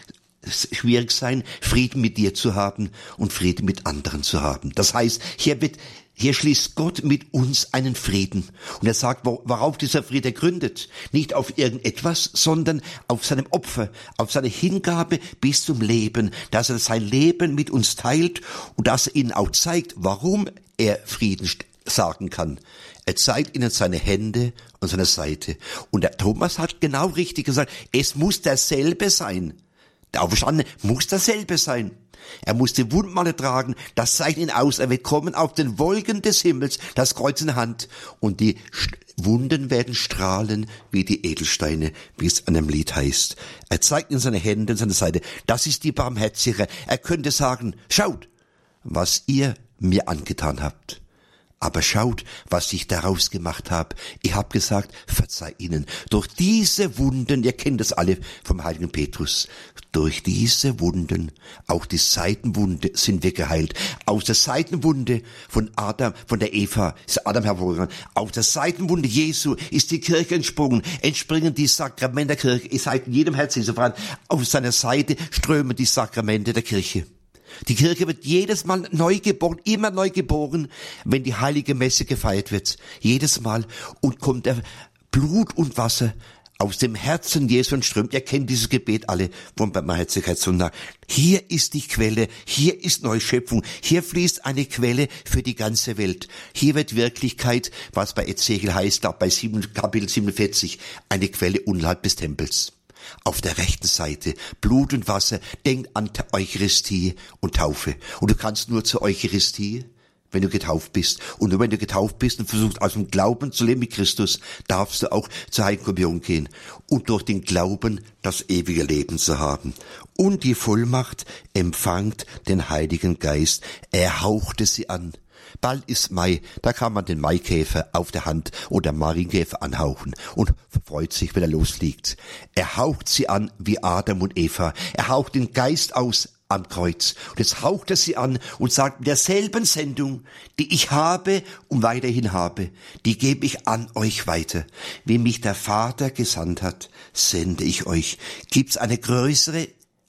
Speaker 2: sein, Frieden mit dir zu haben und Frieden mit anderen zu haben. Das heißt, hier schließt Gott mit uns einen Frieden. Und er sagt, worauf dieser Friede gründet. Nicht auf irgendetwas, sondern auf seinem Opfer, auf seine Hingabe bis zum Leben, dass er sein Leben mit uns teilt und dass er ihnen auch zeigt, warum er Frieden sagen kann. Er zeigt ihnen seine Hände und seine Seite. Und der Thomas hat genau richtig gesagt, es muss derselbe sein. Der Auferstandene muss derselbe sein. Er muss die Wundmale tragen, das zeichnet ihn aus. Er wird kommen auf den Wolken des Himmels, das Kreuz in der Hand. Und die Wunden werden strahlen wie die Edelsteine, wie es an einem Lied heißt. Er zeigt ihnen seine Hände und seine Seite. Das ist die Barmherzige. Er könnte sagen, schaut, was ihr mir angetan habt. Aber schaut, was ich daraus gemacht habe. Ich habe gesagt, verzeih ihnen. Durch diese Wunden, ihr kennt das alle vom heiligen Petrus, durch diese Wunden, auch die Seitenwunde, sind wir geheilt. Aus der Seitenwunde von Adam, von der Eva, ist Adam hervorgegangen. Aus der Seitenwunde Jesu ist die Kirche entsprungen. Entspringen die Sakramente der Kirche. Ihr seid in jedem Herzen Jesu voran. Auf seiner Seite strömen die Sakramente der Kirche. Die Kirche wird jedes Mal neu geboren, immer neu geboren, wenn die heilige Messe gefeiert wird. Jedes Mal. Und kommt der Blut und Wasser aus dem Herzen Jesu und strömt. Ihr kennt dieses Gebet alle vom Barmherzigkeitssonntag. Hier ist die Quelle, hier ist Neuschöpfung, hier fließt eine Quelle für die ganze Welt. Hier wird Wirklichkeit, was bei Ezechiel heißt, bei Kapitel 47, eine Quelle unterhalb des Tempels. Auf der rechten Seite Blut und Wasser, denkt an Eucharistie und Taufe. Und du kannst nur zur Eucharistie, wenn du getauft bist. Und nur wenn du getauft bist und versuchst aus dem Glauben zu leben mit Christus, darfst du auch zur Heiligen Kommunion gehen. Und durch den Glauben das ewige Leben zu haben. Und die Vollmacht empfangt den Heiligen Geist. Er hauchte sie an. Bald ist Mai, da kann man den Maikäfer auf der Hand oder Marienkäfer anhauchen und freut sich, wenn er losfliegt. Er haucht sie an wie Adam und Eva. Er haucht den Geist aus am Kreuz. Und jetzt haucht er sie an und sagt, mit derselben Sendung, die ich habe und weiterhin habe, die gebe ich an euch weiter. Wie mich der Vater gesandt hat, sende ich euch. Gibt's eine größere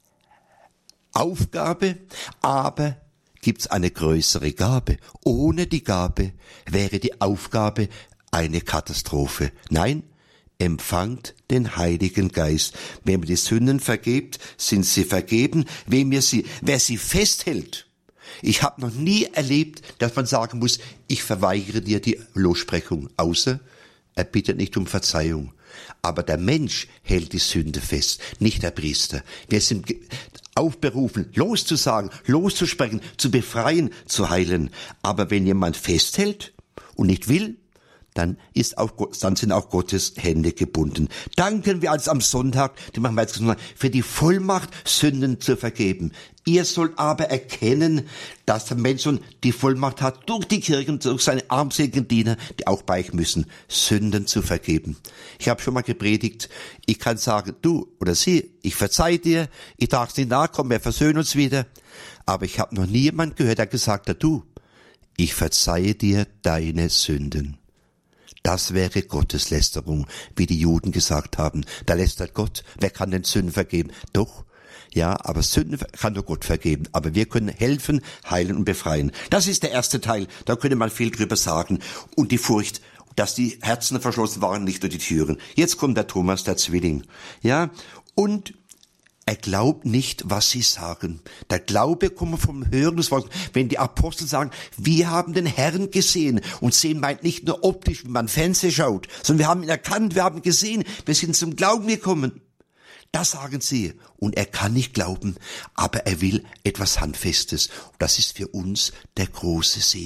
Speaker 2: Aufgabe, aber gibt's eine größere Gabe. Ohne die Gabe wäre die Aufgabe eine Katastrophe. Nein, empfangt den Heiligen Geist. Wem die Sünden vergebt, sind sie vergeben. Wer sie festhält. Ich habe noch nie erlebt, dass man sagen muss, ich verweigere dir die Lossprechung, außer er bittet nicht um Verzeihung. Aber der Mensch hält die Sünde fest, nicht der Priester. Wir sind aufberufen, loszusagen, loszusprechen, zu befreien, zu heilen. Aber wenn jemand festhält und nicht will, dann sind auch Gottes Hände gebunden. Danken wir also am Sonntag, für die Vollmacht, Sünden zu vergeben. Ihr sollt aber erkennen, dass der Mensch die Vollmacht hat, durch die Kirche und durch seine armseligen Diener, die auch beichten müssen, Sünden zu vergeben. Ich habe schon mal gepredigt, ich kann sagen, du oder sie, ich verzeih dir, ich trage es dir nach, komm, wir versöhnen uns wieder. Aber ich habe noch nie jemand gehört, der gesagt hat, du, ich verzeihe dir deine Sünden. Das wäre Gotteslästerung, wie die Juden gesagt haben. Da lästert Gott. Wer kann den Sünden vergeben? Doch, ja, aber Sünden kann nur Gott vergeben. Aber wir können helfen, heilen und befreien. Das ist der erste Teil. Da könnte man viel drüber sagen. Und die Furcht, dass die Herzen verschlossen waren, nicht nur die Türen. Jetzt kommt der Thomas, der Zwilling. Ja, und er glaubt nicht, was sie sagen. Der Glaube kommt vom Hören des Wortes. Wenn die Apostel sagen, wir haben den Herrn gesehen. Und sehen meint nicht nur optisch, wie man Fernsehen schaut, sondern wir haben ihn erkannt, wir haben ihn gesehen, wir sind zum Glauben gekommen. Das sagen sie. Und er kann nicht glauben, aber er will etwas Handfestes. Das ist für uns der große Segen.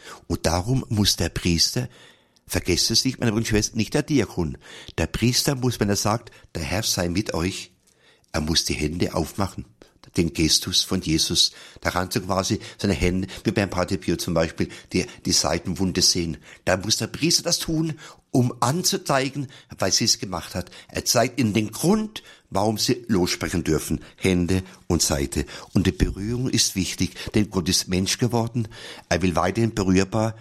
Speaker 2: Und darum muss der Priester, vergesst es nicht, meine Brüder und Schwestern, nicht der Diakon. Der Priester muss, wenn er sagt, der Herr sei mit euch, er muss die Hände aufmachen. Den Gestus von Jesus, daran so quasi seine Hände, wie beim Pater Pio zum Beispiel, die Seitenwunde sehen. Da muss der Priester das tun, um anzuzeigen, weil sie es gemacht hat. Er zeigt ihnen den Grund, warum sie lossprechen dürfen. Hände und Seite. Und die Berührung ist wichtig, denn Gott ist Mensch geworden. Er will weiterhin berührbar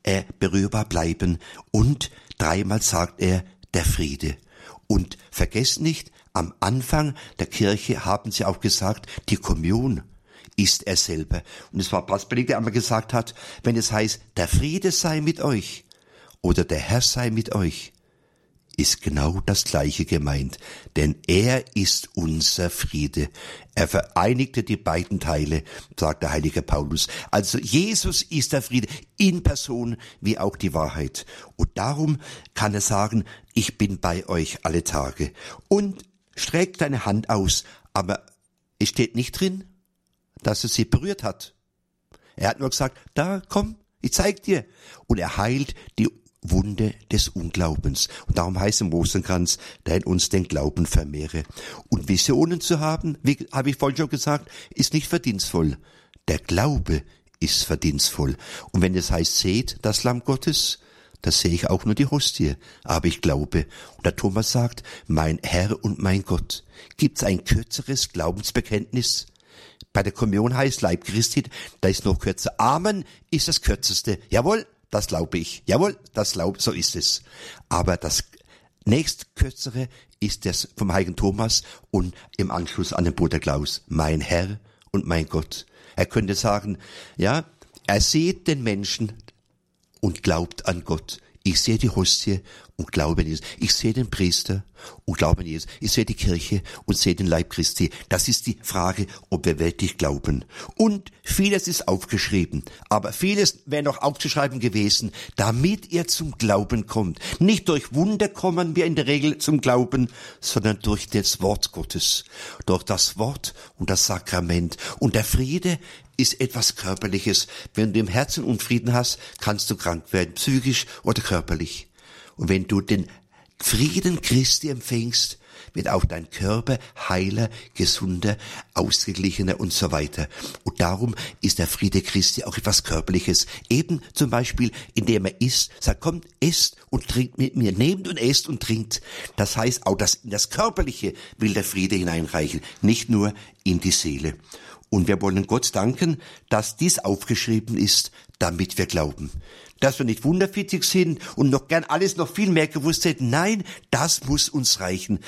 Speaker 2: bleiben. Und 3-mal sagt er, der Friede. Und vergesst nicht, am Anfang der Kirche haben sie auch gesagt, die Kommunion ist er selber. Und es war Papst Benedikt, der einmal gesagt hat, wenn es heißt, der Friede sei mit euch oder der Herr sei mit euch, ist genau das Gleiche gemeint. Denn er ist unser Friede. Er vereinigte die beiden Teile, sagt der heilige Paulus. Also Jesus ist der Friede in Person wie auch die Wahrheit. Und darum kann er sagen, ich bin bei euch alle Tage. Und streckt deine Hand aus, aber es steht nicht drin, dass er sie berührt hat. Er hat nur gesagt, da, komm, ich zeig dir. Und er heilt die Wunde des Unglaubens. Und darum heißt im Rosenkranz, der in uns den Glauben vermehre. Und Visionen zu haben, wie habe ich vorhin schon gesagt, ist nicht verdienstvoll. Der Glaube ist verdienstvoll. Und wenn es heißt, seht das Lamm Gottes, da sehe ich auch nur die Hostie, aber ich glaube. Und der Thomas sagt, mein Herr und mein Gott. Gibt's ein kürzeres Glaubensbekenntnis? Bei der Kommunion heißt Leib Christi, da ist noch kürzer. Amen ist das kürzeste. Jawohl, das glaube ich. Jawohl, das glaube, so ist es. Aber das nächstkürzere ist das vom heiligen Thomas und im Anschluss an den Bruder Klaus. Mein Herr und mein Gott. Er könnte sagen, ja, er sieht den Menschen und glaubt an Gott. Ich sehe die Hostie und glaube an Jesus. Ich sehe den Priester und glaube an Jesus. Ich sehe die Kirche und sehe den Leib Christi. Das ist die Frage, ob wir wirklich glauben. Und vieles ist aufgeschrieben, aber vieles wäre noch aufzuschreiben gewesen, damit ihr zum Glauben kommt. Nicht durch Wunder kommen wir in der Regel zum Glauben, sondern durch das Wort Gottes. Durch das Wort und das Sakrament. Und der Friede ist etwas Körperliches. Wenn du im Herzen Unfrieden hast, kannst du krank werden, psychisch oder körperlich. Und wenn du den Frieden Christi empfängst, wird auch dein Körper heiler, gesunder, ausgeglichener und so weiter. Und darum ist der Friede Christi auch etwas Körperliches. Eben zum Beispiel, indem er isst, sagt, kommt, esst und trinkt mit mir. Nehmt und esst und trinkt. Das heißt, auch in das Körperliche will der Friede hineinreichen, nicht nur in die Seele. Und wir wollen Gott danken, dass dies aufgeschrieben ist, damit wir glauben. Dass wir nicht wunderfähig sind und noch gern alles noch viel mehr gewusst hätten. Nein, das muss uns reichen.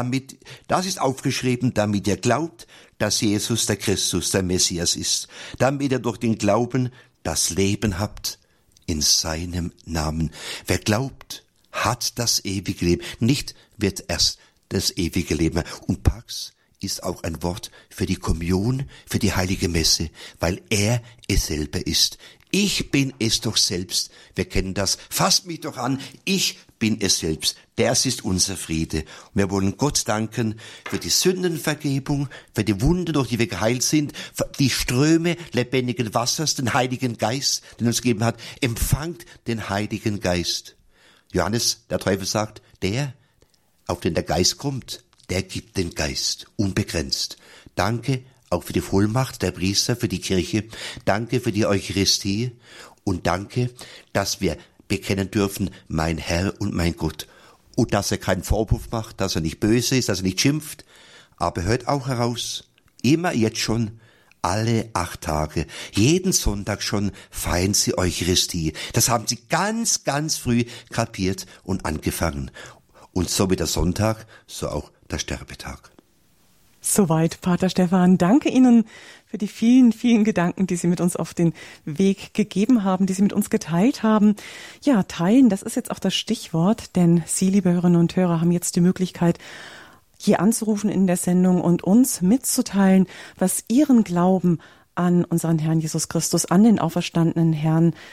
Speaker 2: Das ist aufgeschrieben, damit ihr glaubt, dass Jesus der Christus, der Messias ist. Damit ihr durch den Glauben das Leben habt in seinem Namen. Wer glaubt, hat das ewige Leben. Nicht wird erst das ewige Leben. Und Pax ist auch ein Wort für die Kommunion, für die heilige Messe, weil er es selber ist. Ich bin es doch selbst. Wir kennen das. Fasst mich doch an. Ich bin es selbst. Das ist unser Friede. Und wir wollen Gott danken für die Sündenvergebung, für die Wunden, durch die wir geheilt sind, für die Ströme lebendigen Wassers, den Heiligen Geist, den er uns gegeben hat. Empfangt den Heiligen Geist. Johannes, der Teufel, sagt, der, auf den der Geist kommt, der gibt den Geist unbegrenzt. Danke auch für die Vollmacht der Priester, für die Kirche. Danke für die Eucharistie und danke, dass wir bekennen dürfen, mein Herr und mein Gott. Und dass er keinen Vorwurf macht, dass er nicht böse ist, dass er nicht schimpft. Aber hört auch heraus, immer jetzt schon, alle 8 Tage, jeden Sonntag schon feiern sie Eucharistie. Das haben sie ganz, ganz früh kapiert und angefangen. Und so wie der Sonntag, so auch der Sterbetag.
Speaker 1: Soweit, Pater Stefan. Danke Ihnen für die vielen, vielen Gedanken, die Sie mit uns auf den Weg gegeben haben, die Sie mit uns geteilt haben. Ja, teilen, das ist jetzt auch das Stichwort, denn Sie, liebe Hörerinnen und Hörer, haben jetzt die Möglichkeit, hier anzurufen in der Sendung und uns mitzuteilen, was Ihren Glauben an unseren Herrn Jesus Christus, an den auferstandenen Herrn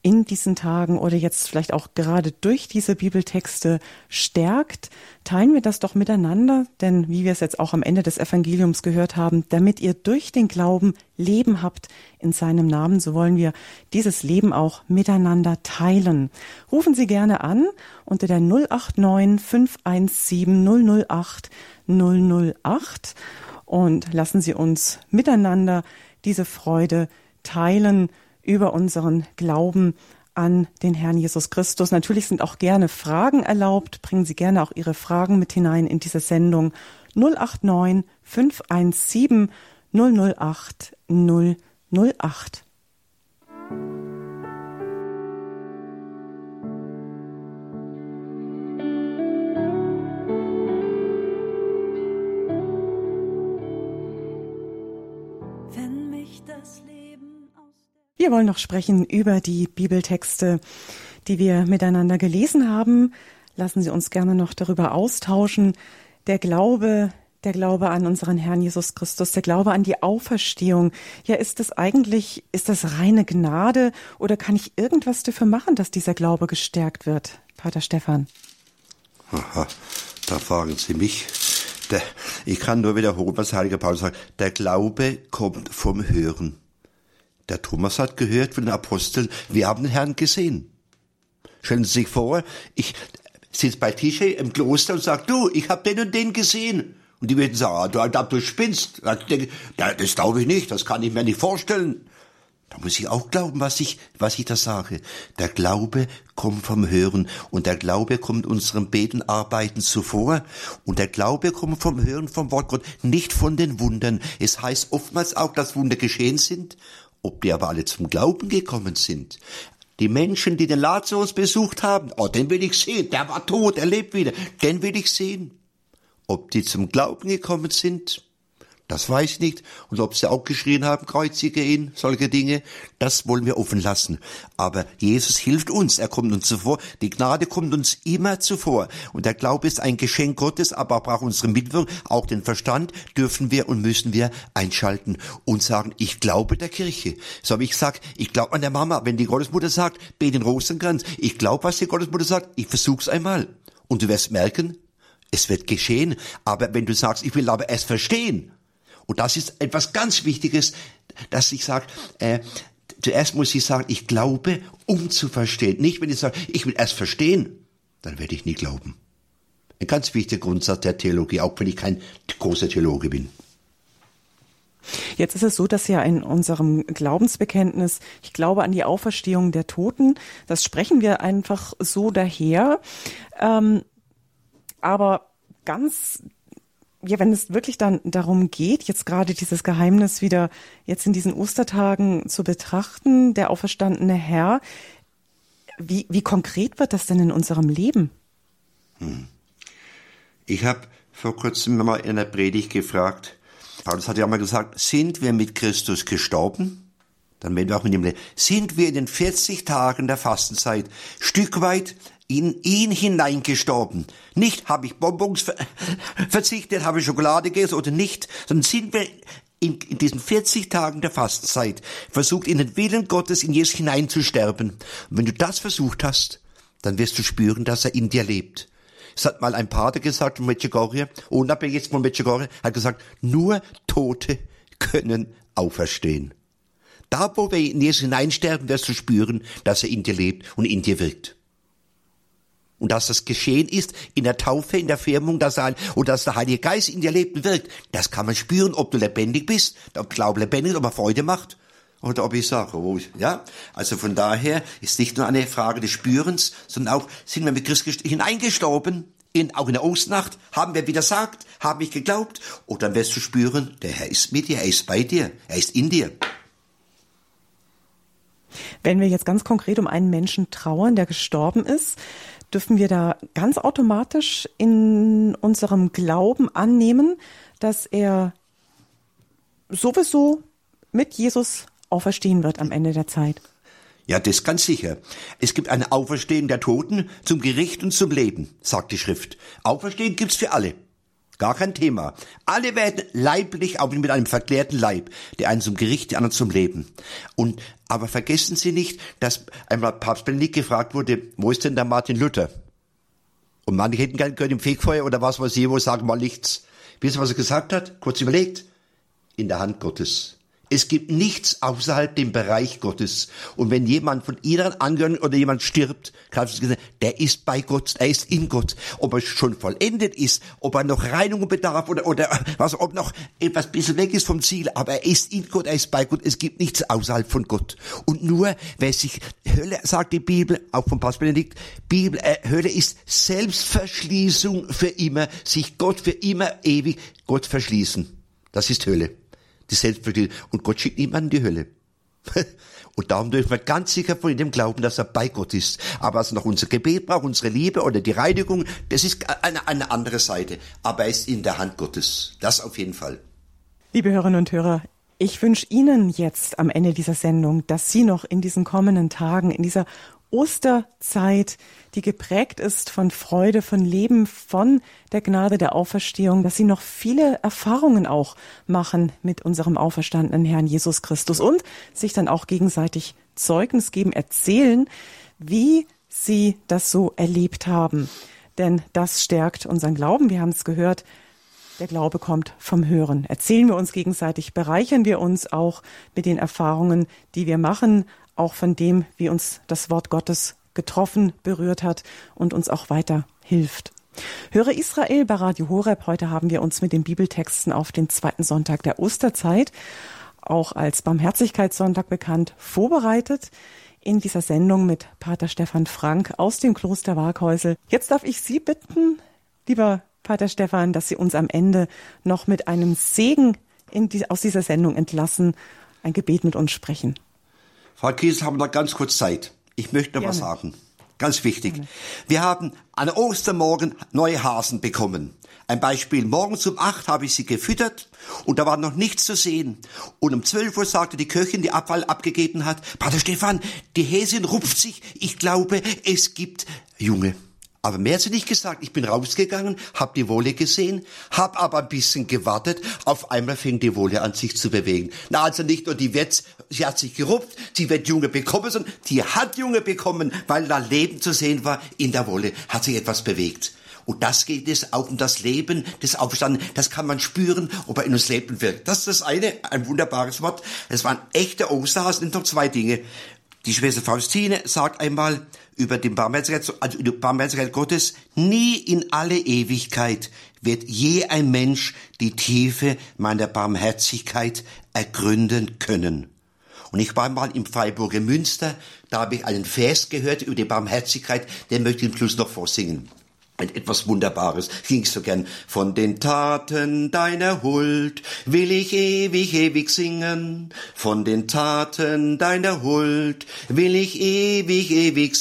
Speaker 1: in diesen Tagen oder jetzt vielleicht auch gerade durch diese Bibeltexte stärkt. Teilen wir das doch miteinander, denn wie wir es jetzt auch am Ende des Evangeliums gehört haben, damit ihr durch den Glauben Leben habt in seinem Namen, so wollen wir dieses Leben auch miteinander teilen. Rufen Sie gerne an unter der 089 517 008 008 und lassen Sie uns miteinander diese Freude teilen über unseren Glauben an den Herrn Jesus Christus. Natürlich sind auch gerne Fragen erlaubt. Bringen Sie gerne auch Ihre Fragen mit hinein in diese Sendung 089 517 008 008. Wir wollen noch sprechen über die Bibeltexte, die wir miteinander gelesen haben. Lassen Sie uns gerne noch darüber austauschen. Der Glaube an unseren Herrn Jesus Christus, der Glaube an die Auferstehung. Ja, ist das reine Gnade oder kann ich irgendwas dafür machen, dass dieser Glaube gestärkt wird? Pater Stefan.
Speaker 2: Aha, da fragen Sie mich. Ich kann nur wiederholen, was Heiliger Paulus sagt. Der Glaube kommt vom Hören. Der Thomas hat gehört von den Aposteln, wir haben den Herrn gesehen. Stellen Sie sich vor, ich sitze bei Tische im Kloster und sage, du, ich habe den und den gesehen. Und die werden sagen, du spinnst. Das glaube ich nicht, das kann ich mir nicht vorstellen. Da muss ich auch glauben, was ich da sage. Der Glaube kommt vom Hören und der Glaube kommt unserem Beten, Arbeiten zuvor und der Glaube kommt vom Hören vom Wort Gott, nicht von den Wundern. Es heißt oftmals auch, dass Wunder geschehen sind, ob die aber alle zum Glauben gekommen sind. Die Menschen, die den Lazarus besucht haben, den will ich sehen, der war tot, er lebt wieder, den will ich sehen. Ob die zum Glauben gekommen sind, das weiß ich nicht. Und ob sie auch geschrien haben, kreuzige ihn, solche Dinge, das wollen wir offen lassen. Aber Jesus hilft uns, er kommt uns zuvor. Die Gnade kommt uns immer zuvor. Und der Glaube ist ein Geschenk Gottes, aber auch unsere Mitwirkung, auch den Verstand dürfen wir und müssen wir einschalten und sagen, ich glaube der Kirche. So habe ich gesagt, ich glaube an der Mama. Wenn die Gottesmutter sagt, bete den Rosenkranz, ich glaube, was die Gottesmutter sagt, ich versuch's einmal. Und du wirst merken, es wird geschehen. Aber wenn du sagst, ich will aber erst verstehen, und das ist etwas ganz Wichtiges, dass ich sage, zuerst muss ich sagen, ich glaube, um zu verstehen. Nicht, wenn ich sage, ich will erst verstehen, dann werde ich nie glauben. Ein ganz wichtiger Grundsatz der Theologie, auch wenn ich kein großer Theologe bin.
Speaker 1: Jetzt ist es so, dass ja in unserem Glaubensbekenntnis, ich glaube an die Auferstehung der Toten, das sprechen wir einfach so daher. Aber wenn es wirklich dann darum geht, jetzt gerade dieses Geheimnis wieder jetzt in diesen Ostertagen zu betrachten, der auferstandene Herr, wie konkret wird das denn in unserem Leben?
Speaker 2: Ich habe vor kurzem mal in einer Predigt gefragt, Paulus hat ja mal gesagt, sind wir mit Christus gestorben? Dann werden wir auch mit ihm leben. Sind wir in den 40 Tagen der Fastenzeit Stück weit in ihn hineingestorben? Nicht, habe ich Bonbons verzichtet, habe ich Schokolade gegessen oder nicht, sondern sind wir in diesen 40 Tagen der Fastenzeit versucht, in den Willen Gottes in Jesus hineinzusterben. Und wenn du das versucht hast, dann wirst du spüren, dass er in dir lebt. Es hat mal ein Pater gesagt von Medjugorje, unabhängig jetzt von Medjugorje, hat gesagt, nur Tote können auferstehen. Da, wo wir in Jesus hineinsterben, wirst du spüren, dass er in dir lebt und in dir wirkt. Und dass das geschehen ist in der Taufe, in der Firmung, dass der Heilige Geist in dir lebt und wirkt, das kann man spüren, ob du lebendig bist, ob Glaube lebendig ist, ob er Freude macht oder ob ich sage, ja. Also von daher ist nicht nur eine Frage des Spürens, sondern auch, sind wir mit Christus hineingestorben, auch in der Ostnacht, haben wir widersagt, haben wir geglaubt, und dann wirst du spüren, der Herr ist mit dir, er ist bei dir, er ist in dir.
Speaker 1: Wenn wir jetzt ganz konkret um einen Menschen trauern, der gestorben ist, dürfen wir da ganz automatisch in unserem Glauben annehmen, dass er sowieso mit Jesus auferstehen wird am Ende der Zeit?
Speaker 2: Ja, das ist ganz sicher. Es gibt eine Auferstehung der Toten zum Gericht und zum Leben, sagt die Schrift. Auferstehen gibt's für alle. Gar kein Thema. Alle werden leiblich, auch mit einem verklärten Leib. Die einen zum Gericht, die anderen zum Leben. Aber vergessen Sie nicht, dass einmal Papst Benedikt gefragt wurde, wo ist denn der Martin Luther? Und manche hätten gerne gehört im Fegfeuer oder was weiß ich, wo sagen mal nichts. Wisst ihr, was er gesagt hat? Kurz überlegt. In der Hand Gottes. Es gibt nichts außerhalb dem Bereich Gottes. Und wenn jemand von Ihren Angehörigen oder jemand stirbt, der ist bei Gott, er ist in Gott. Ob er schon vollendet ist, ob er noch Reinigung bedarf oder ob noch etwas bisschen weg ist vom Ziel, aber er ist in Gott, er ist bei Gott. Es gibt nichts außerhalb von Gott. Und nur, wer sich, Hölle, sagt die Bibel, auch vom Papst Benedikt, Hölle ist Selbstverschließung für immer, sich Gott für immer ewig Gott verschließen. Das ist Hölle. Die Selbstverständlichkeit. Und Gott schickt niemanden in die Hölle. Und darum dürfen wir ganz sicher von ihm glauben, dass er bei Gott ist. Aber was noch unser Gebet braucht, unsere Liebe oder die Reinigung, das ist eine andere Seite. Aber er ist in der Hand Gottes. Das auf jeden Fall.
Speaker 1: Liebe Hörerinnen und Hörer, ich wünsche Ihnen jetzt am Ende dieser Sendung, dass Sie noch in diesen kommenden Tagen, in dieser Osterzeit, die geprägt ist von Freude, von Leben, von der Gnade der Auferstehung, dass Sie noch viele Erfahrungen auch machen mit unserem auferstandenen Herrn Jesus Christus und sich dann auch gegenseitig Zeugnis geben, erzählen, wie Sie das so erlebt haben. Denn das stärkt unseren Glauben. Wir haben es gehört, der Glaube kommt vom Hören. Erzählen wir uns gegenseitig, bereichern wir uns auch mit den Erfahrungen, die wir machen, auch von dem, wie uns das Wort Gottes getroffen, berührt hat und uns auch weiter hilft. Höre Israel bei Radio Horeb. Heute haben wir uns mit den Bibeltexten auf den zweiten Sonntag der Osterzeit, auch als Barmherzigkeitssonntag bekannt, vorbereitet. In dieser Sendung mit Pater Stefan Frank aus dem Kloster Waaghäusel. Jetzt darf ich Sie bitten, lieber Pater Stefan, dass Sie uns am Ende noch mit einem Segen aus dieser Sendung entlassen, ein Gebet mit uns sprechen.
Speaker 2: Frau Kiesel, haben wir noch ganz kurz Zeit. Ich möchte noch was sagen. Ganz wichtig. Gerne. Wir haben an Ostermorgen neue Hasen bekommen. Ein Beispiel. Morgens um 8 habe ich sie gefüttert und da war noch nichts zu sehen. Und um 12 Uhr sagte die Köchin, die Abfall abgegeben hat, Pater Stefan, die Häsin rupft sich. Ich glaube, es gibt Junge. Aber mehr hat sie nicht gesagt. Ich bin rausgegangen, habe die Wolle gesehen, habe aber ein bisschen gewartet. Auf einmal fing die Wolle an, sich zu bewegen. Na, also nicht nur sie hat sich gerupft, sie wird Junge bekommen, sondern die hat Junge bekommen, weil da Leben zu sehen war. In der Wolle hat sich etwas bewegt. Und das geht es auch um das Leben des Auferstandenen. Das kann man spüren, ob er in uns lebt und wirkt. Das ist das eine, ein wunderbares Wort. Es waren echte Osterhasen. Und noch zwei Dinge. Die Schwester Faustine sagt einmal über die Barmherzigkeit Gottes, nie in alle Ewigkeit wird je ein Mensch die Tiefe meiner Barmherzigkeit ergründen können. Und ich war mal im Freiburger Münster, da habe ich einen Vers gehört über die Barmherzigkeit, den möchte ich am Schluss noch vorsingen. Etwas Wunderbares, ging so gern. Von den Taten deiner Huld will ich ewig, ewig singen. Von den Taten deiner Huld will ich ewig, ewig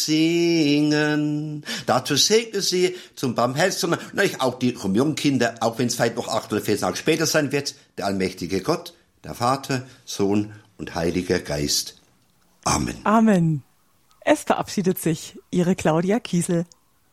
Speaker 2: singen. Dazu segne sie zum Barmherzigen, auch die Jungkinder, auch wenn es vielleicht noch 8 oder 14 Tage später sein wird, der allmächtige Gott, der Vater, Sohn und Heiliger Geist. Amen.
Speaker 1: Amen. Es verabschiedet sich Ihre Claudia Kiesel.